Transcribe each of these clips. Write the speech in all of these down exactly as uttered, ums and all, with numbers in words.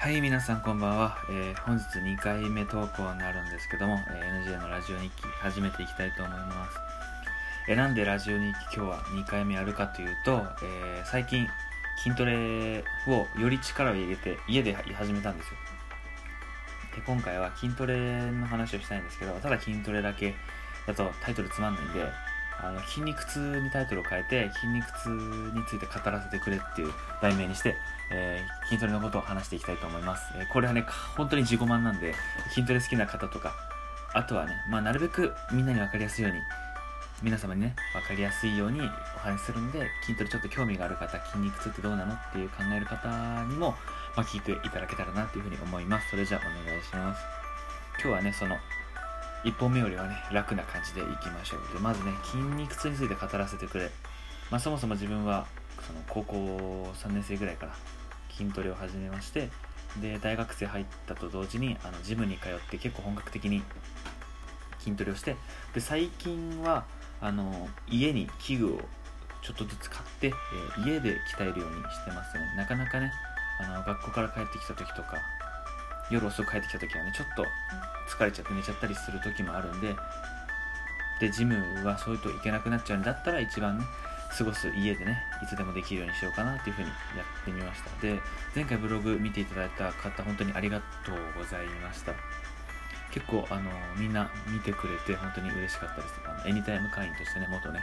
はい、皆さんこんばんは、えー、本日にかいめ投稿になるんですけども、えー、エヌジェー のラジオ日記始めていきたいと思います。えー、なんでラジオ日記今日はにかいめやるかというと、えー、最近筋トレをより力を入れて家で始めたんですよ。で、今回は筋トレの話をしたいんですけど、ただ筋トレだけだとタイトルつまんないんで、あの筋肉痛にタイトルを変えて筋肉痛について語らせてくれっていう題名にして、えー、筋トレのことを話していきたいと思います。えー、これはね本当に自己満なんで、筋トレ好きな方とか、あとはね、まあ、なるべくみんなに分かりやすいように、皆様にね分かりやすいようにお話しするんで、筋トレちょっと興味がある方、筋肉痛ってどうなのっていう考える方にも、まあ、聞いていただけたらなというふうに思います。それじゃあお願いします。今日はねそのいっぽんめよりはね楽な感じでいきましょう。で、まずね筋肉痛について語らせてくれ。まあ、そもそも自分はその高校さんねん生ぐらいから筋トレを始めまして、で大学生入ったと同時にあのジムに通って結構本格的に筋トレをして、で最近はあの家に器具をちょっとずつ買って、えー、家で鍛えるようにしてますね。なかなかねあの学校から帰ってきた時とか夜遅く帰ってきた時はねちょっと疲れちゃって寝ちゃったりする時もあるんで、でジムはそういうといけなくなっちゃうんだったら一番ね過ごす家でねいつでもできるようにしようかなっていう風にやってみました。で、前回ブログ見ていただいた方本当にありがとうございました。結構あのみんな見てくれて本当に嬉しかったです。あのエニタイム会員としてね元ね、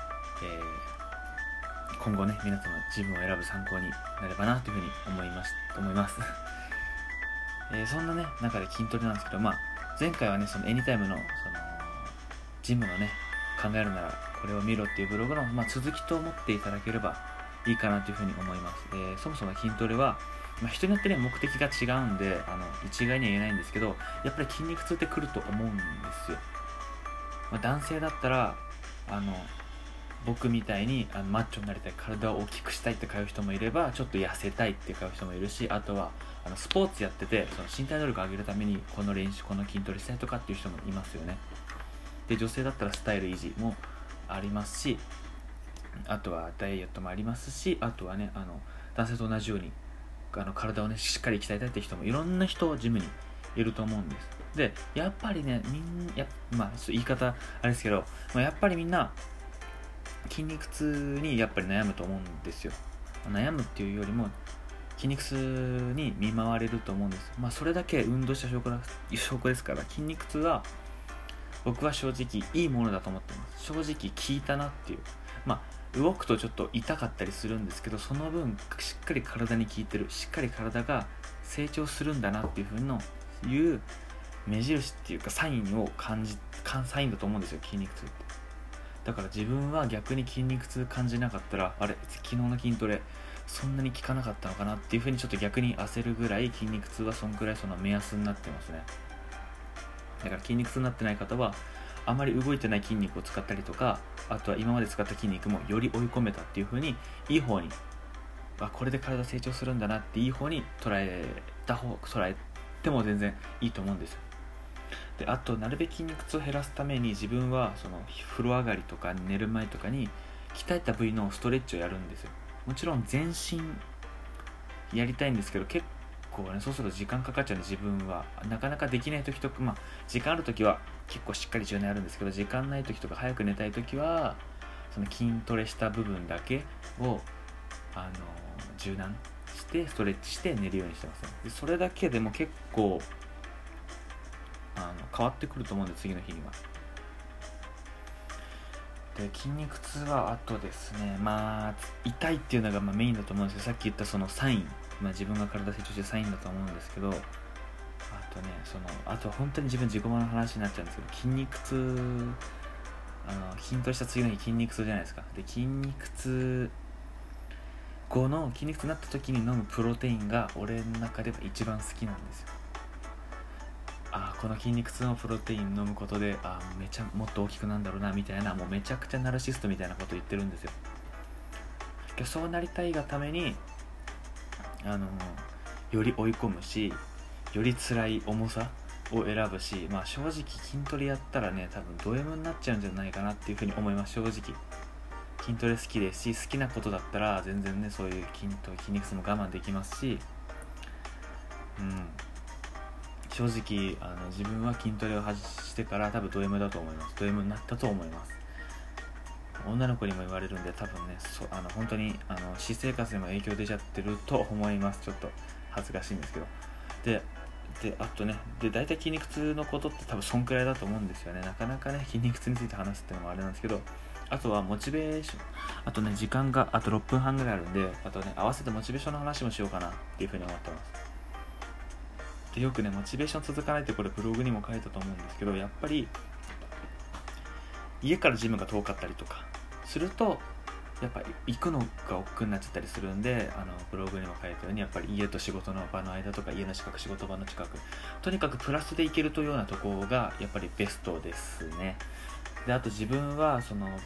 えー、今後ね皆様ジムを選ぶ参考になればなという風に思います思いますえー、そんなね中で筋トレなんですけど、まあ、前回はねそのエニタイムのそのジムのね考えるならこれを見ろっていうブログの、まあ、続きと思っていただければいいかなというふうに思います。えー、そもそも筋トレは、まあ、人によってね目的が違うんであの一概には言えないんですけど、やっぱり筋肉痛ってくると思うんですよ。まあ、男性だったらあの僕みたいにあのマッチョになりたい、体を大きくしたいって通う人もいれば、ちょっと痩せたいって通う人もいるし、あとはあのスポーツやっててその身体能力を上げるためにこの練習この筋トレしたいとかっていう人もいますよね。で、女性だったらスタイル維持もありますし、あとはダイエットもありますし、あとはねあの男性と同じようにあの体をねしっかり鍛えたいって人もいろんな人ジムにいると思うんです。で、やっぱりねみんやまあ言い方あれですけど、まあ、やっぱりみんな筋肉痛にやっぱり悩むと思うんですよ。悩むっていうよりも筋肉痛に見舞われると思うんです。まあそれだけ運動した証拠だ証拠ですから、筋肉痛は僕は正直いいものだと思ってます。正直効いたなっていう、まあ動くとちょっと痛かったりするんですけど、その分しっかり体に効いてる、しっかり体が成長するんだなっていう風のいう目印っていうかサインを感じサインだと思うんですよ、筋肉痛って。だから自分は逆に筋肉痛感じなかったら、あれ昨日の筋トレそんなに効かなかったのかなっていう風にちょっと逆に焦るぐらい、筋肉痛はそんくらいその目安になってますね。だから筋肉痛になってない方はあまり動いてない筋肉を使ったりとか、あとは今まで使った筋肉もより追い込めたっていう風にいい方に、あこれで体成長するんだなっていい方に捉えた方捉えても全然いいと思うんですよ。で、あとなるべく筋肉痛を減らすために自分はその風呂上がりとか寝る前とかに鍛えた部位のストレッチをやるんですよ。もちろん全身やりたいんですけど、結構ねそうすると時間かかっちゃうんで、自分はなかなかできない時とか、まあ時間ある時は結構しっかり柔軟やるんですけど、時間ない時とか早く寝たい時はその筋トレした部分だけをあの柔軟してストレッチして寝るようにしてますね。でそれだけでも結構あの変わってくると思うんで、次の日には。で、筋肉痛はあとですね、まあ痛いっていうのがまあメインだと思うんですけど、さっき言ったそのサイン、まあ、自分が体成長してるサインだと思うんですけど、あとねそのあとは本当に自分自己満の話になっちゃうんですけど、筋肉痛あの筋トレした次の日筋肉痛じゃないですか。で、筋肉痛後の筋肉痛になった時に飲むプロテインが俺の中では一番好きなんですよ。あこの筋肉痛のプロテイン飲むことであめちゃもっと大きくなるんだろうなみたいな、もうめちゃくちゃナルシストみたいなこと言ってるんですよ。そうなりたいがためにあのより追い込むし、より辛い重さを選ぶし、まあ正直筋トレやったらね多分ド M になっちゃうんじゃないかなっていうふうに思います。正直筋トレ好きですし、好きなことだったら全然ねそういう筋トレ筋肉痛も我慢できますし、 うん正直あの自分は筋トレを始してから多分ド M だと思います。ド M になったと思います。女の子にも言われるんで、多分ねそあの本当にあの私生活にも影響出ちゃってると思います。ちょっと恥ずかしいんですけど、でであとねで大体筋肉痛のことって多分そんくらいだと思うんですよね。なかなかね筋肉痛について話すっていうのもあれなんですけど、あとはモチベーション、あとね時間があとろっぷんはんぐらいあるんで、あとね合わせてモチベーションの話もしようかなっていうふうに思ってます。でよくねモチベーション続かないってこれブログにも書いたと思うんですけど、やっぱり家からジムが遠かったりとかするとやっぱり行くのが億劫になっちゃったりするんで、あのブログにも書いたようにやっぱり家と仕事の場の間とか家の近く仕事場の近く、とにかくプラスで行けるというようなところがやっぱりベストですね。であと自分はその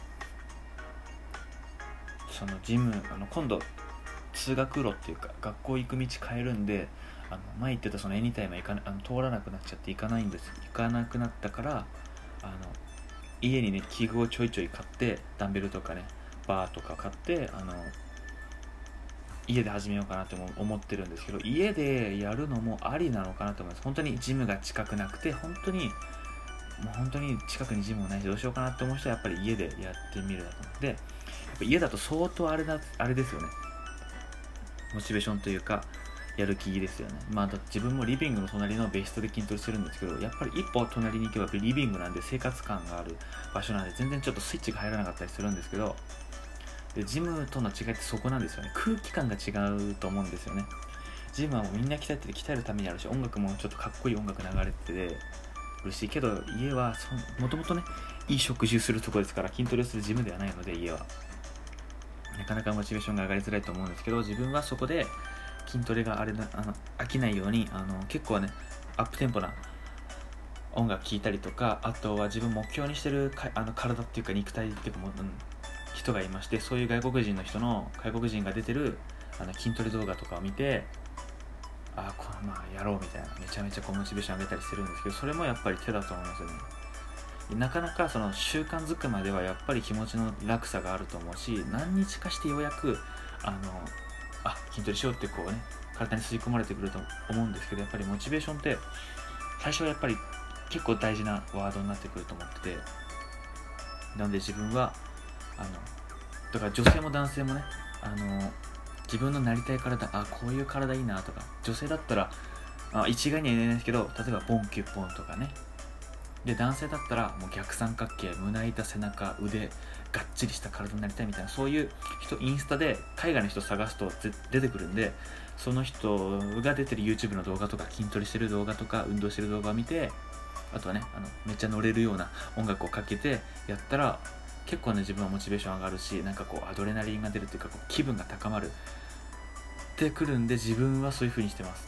そのジムあの今度通学路っていうか学校行く道変えるんで、あの前言ってたそのエニタイムは行かなあの通らなくなっちゃって行かないんです。行かなくなったからあの家にね器具をちょいちょい買ってダンベルとかねバーとか買ってあの家で始めようかなと思ってるんですけど、家でやるのもありなのかなと思います。本当にジムが近くなくて本当にもう本当に近くにジムもないしどうしようかなって思う人はやっぱり家でやってみるだと思う。でやっぱ家だと相当あれだあれですよね、モチベーションというかやる気ですよね。まあだ自分もリビングの隣のベースで筋トレしてるんですけど、やっぱり一歩隣に行けばリビングなんで生活感がある場所なんで全然ちょっとスイッチが入らなかったりするんですけど、でジムとの違いってそこなんですよね。空気感が違うと思うんですよね。ジムはもうみんな鍛えてて鍛えるためにあるし、音楽もちょっとかっこいい音楽流れててるし、けど家はもともとねいい食事するところですから、筋トレするジムではないので家はなかなかモチベーションが上がりづらいと思うんですけど、自分はそこで筋トレがあれなあの飽きないようにあの結構ねアップテンポな音楽聴いたりとか、あとは自分目標にしてるかあの体っていうか肉体っていうかも、うん、人がいまして、そういう外国人の人の外国人が出てるあの筋トレ動画とかを見て、あこれまあやろうみたいなめちゃめちゃこうモチベーション上げたりしてるんですけど、それもやっぱり手だと思いますよね。なかなかその習慣づくまではやっぱり気持ちの楽さがあると思うし、何日かしてようやくあのあ筋トレしようってこうね体に吸い込まれてくると思うんですけど、やっぱりモチベーションって最初はやっぱり結構大事なワードになってくると思ってて、なので自分はあのだから女性も男性もねあの自分のなりたい体、あこういう体いいなとか、女性だったらあ一概には言えないですけど、例えばポンキュッポンとかね、で男性だったらもう逆三角形、胸板、背中、腕がっちりした体になりたいみたいな、そういう人インスタで海外の人探すと出てくるんで、その人が出てる YouTube の動画とか筋トレしてる動画とか運動してる動画を見て、あとはねあのめっちゃ乗れるような音楽をかけてやったら結構ね自分はモチベーション上がるし、なんかこうアドレナリンが出るっていうかこう気分が高まるってくるんで、自分はそういう風にしてます。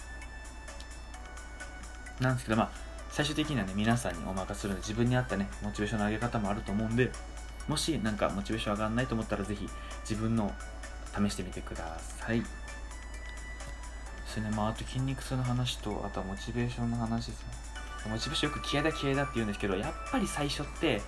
なんですけど、まあ最終的にはね皆さんにお任せするので、自分に合ったねモチベーションの上げ方もあると思うんで、もしなんかモチベーション上がらないと思ったらぜひ自分の試してみてください。ですね。まああと筋肉痛の話と、あとはモチベーションの話ですね。モチベーションよく気合だ気合だって言うんですけど、やっぱり最初って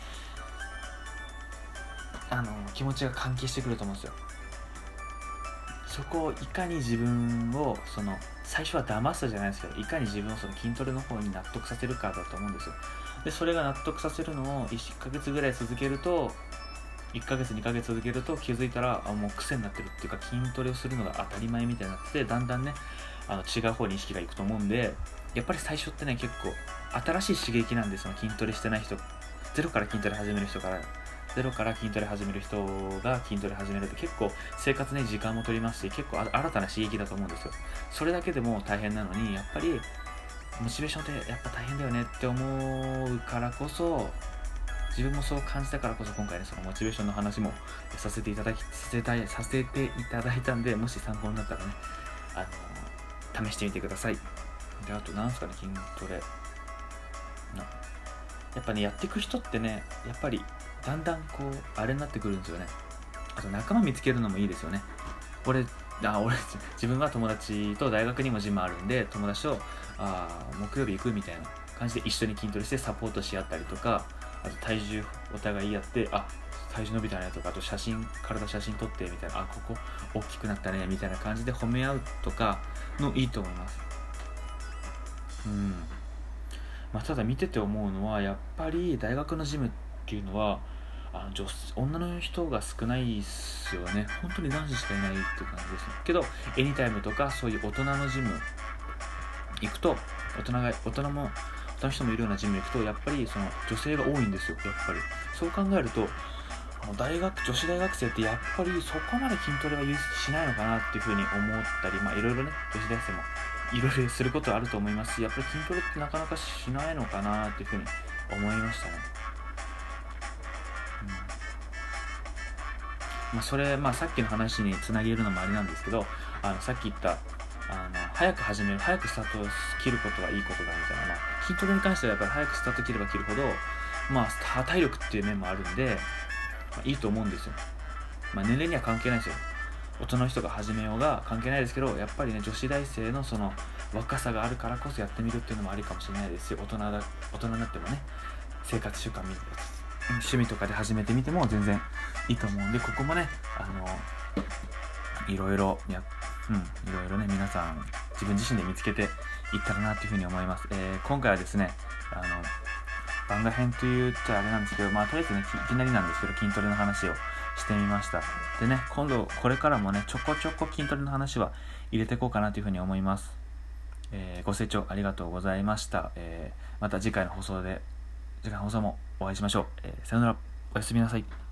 あの気持ちが関係してくると思うんですよ。そこをいかに自分をその最初は騙すじゃないですけど、いかに自分をその筋トレの方に納得させるかだと思うんですよ。でそれが納得させるのをいっかげつぐらい続けると、いっかげつにかげつ続けると気づいたらあもう癖になってるっていうか、筋トレをするのが当たり前みたいになって、だんだんねあの違う方に意識がいくと思うんで、やっぱり最初ってね結構新しい刺激なんですよ。筋トレしてない人、ゼロから筋トレ始める人からゼロから筋トレ始める人が筋トレ始めるって結構生活に時間も取りますし、結構新たな刺激だと思うんですよ。それだけでも大変なのに、やっぱりモチベーションってやっぱ大変だよねって思うからこそ、自分もそう感じたからこそ今回ねそのモチベーションの話もさせていただきさせたいさせていただいたんで、もし参考になったらねあの試してみてください。であとなんすかね筋トレなやっぱねやっていく人ってねやっぱりだんだんこうあれになってくるんですよね。あと仲間見つけるのもいいですよね。俺あ俺自分は友達と大学にもジムあるんで、友達とあ木曜日行くみたいな感じで一緒に筋トレしてサポートし合ったりとか、あと体重お互いやって、あ体重伸びたねとか、あと写真体写真撮ってみたいな、あここ大きくなったねみたいな感じで褒め合うとかのいいと思います。 うんまあ、ただ見てて思うのはやっぱり大学のジムっていうのはあの女女の人が少ないっすよね。本当に男子しかいないっていう感じですけど、エニタイムとかそういう大人のジム行くと、大人が大人も大人の人もいるようなジム行くとやっぱりその女性が多いんですよ。やっぱりそう考えるとあの大学女子大学生ってやっぱりそこまで筋トレはしないのかなっていうふうに思ったり、まあいろいろね女子大生もいろいろすることはあると思いますし、やっぱり筋トレってなかなかしないのかなっていうふうに思いましたね。うんまあ、それ、まあ、さっきの話につなげるのもあれなんですけど、あのさっき言ったあの早く始める早くスタートを切ることはいいことだみたいな、まあ、筋トレに関してはやっぱり早くスタート切れば切るほど、まあ、体力っていう面もあるんで、まあ、いいと思うんですよ。まあ、年齢には関係ないですよ。大人の人が始めようが関係ないですけど、やっぱりね女子大生のその若さがあるからこそやってみるっていうのもありかもしれないですし、大人だ大人になってもね生活習慣見趣味とかで始めてみても全然いいと思うんで、ここもねあのいろいろや、うん、いろいろね皆さん自分自身で見つけていったらなというふうに思います。えー、今回はですねあの番外編と言っちゃあれなんですけど、まあとりあえずねいきなりなんですけど筋トレの話をしてみました。でね、今度これからもねちょこちょこ筋トレの話は入れていこうかなというふうに思います。えー、ご清聴ありがとうございました。えー、また次回の放送で次回の放送もお会いしましょう。えー、さよなら、おやすみなさい。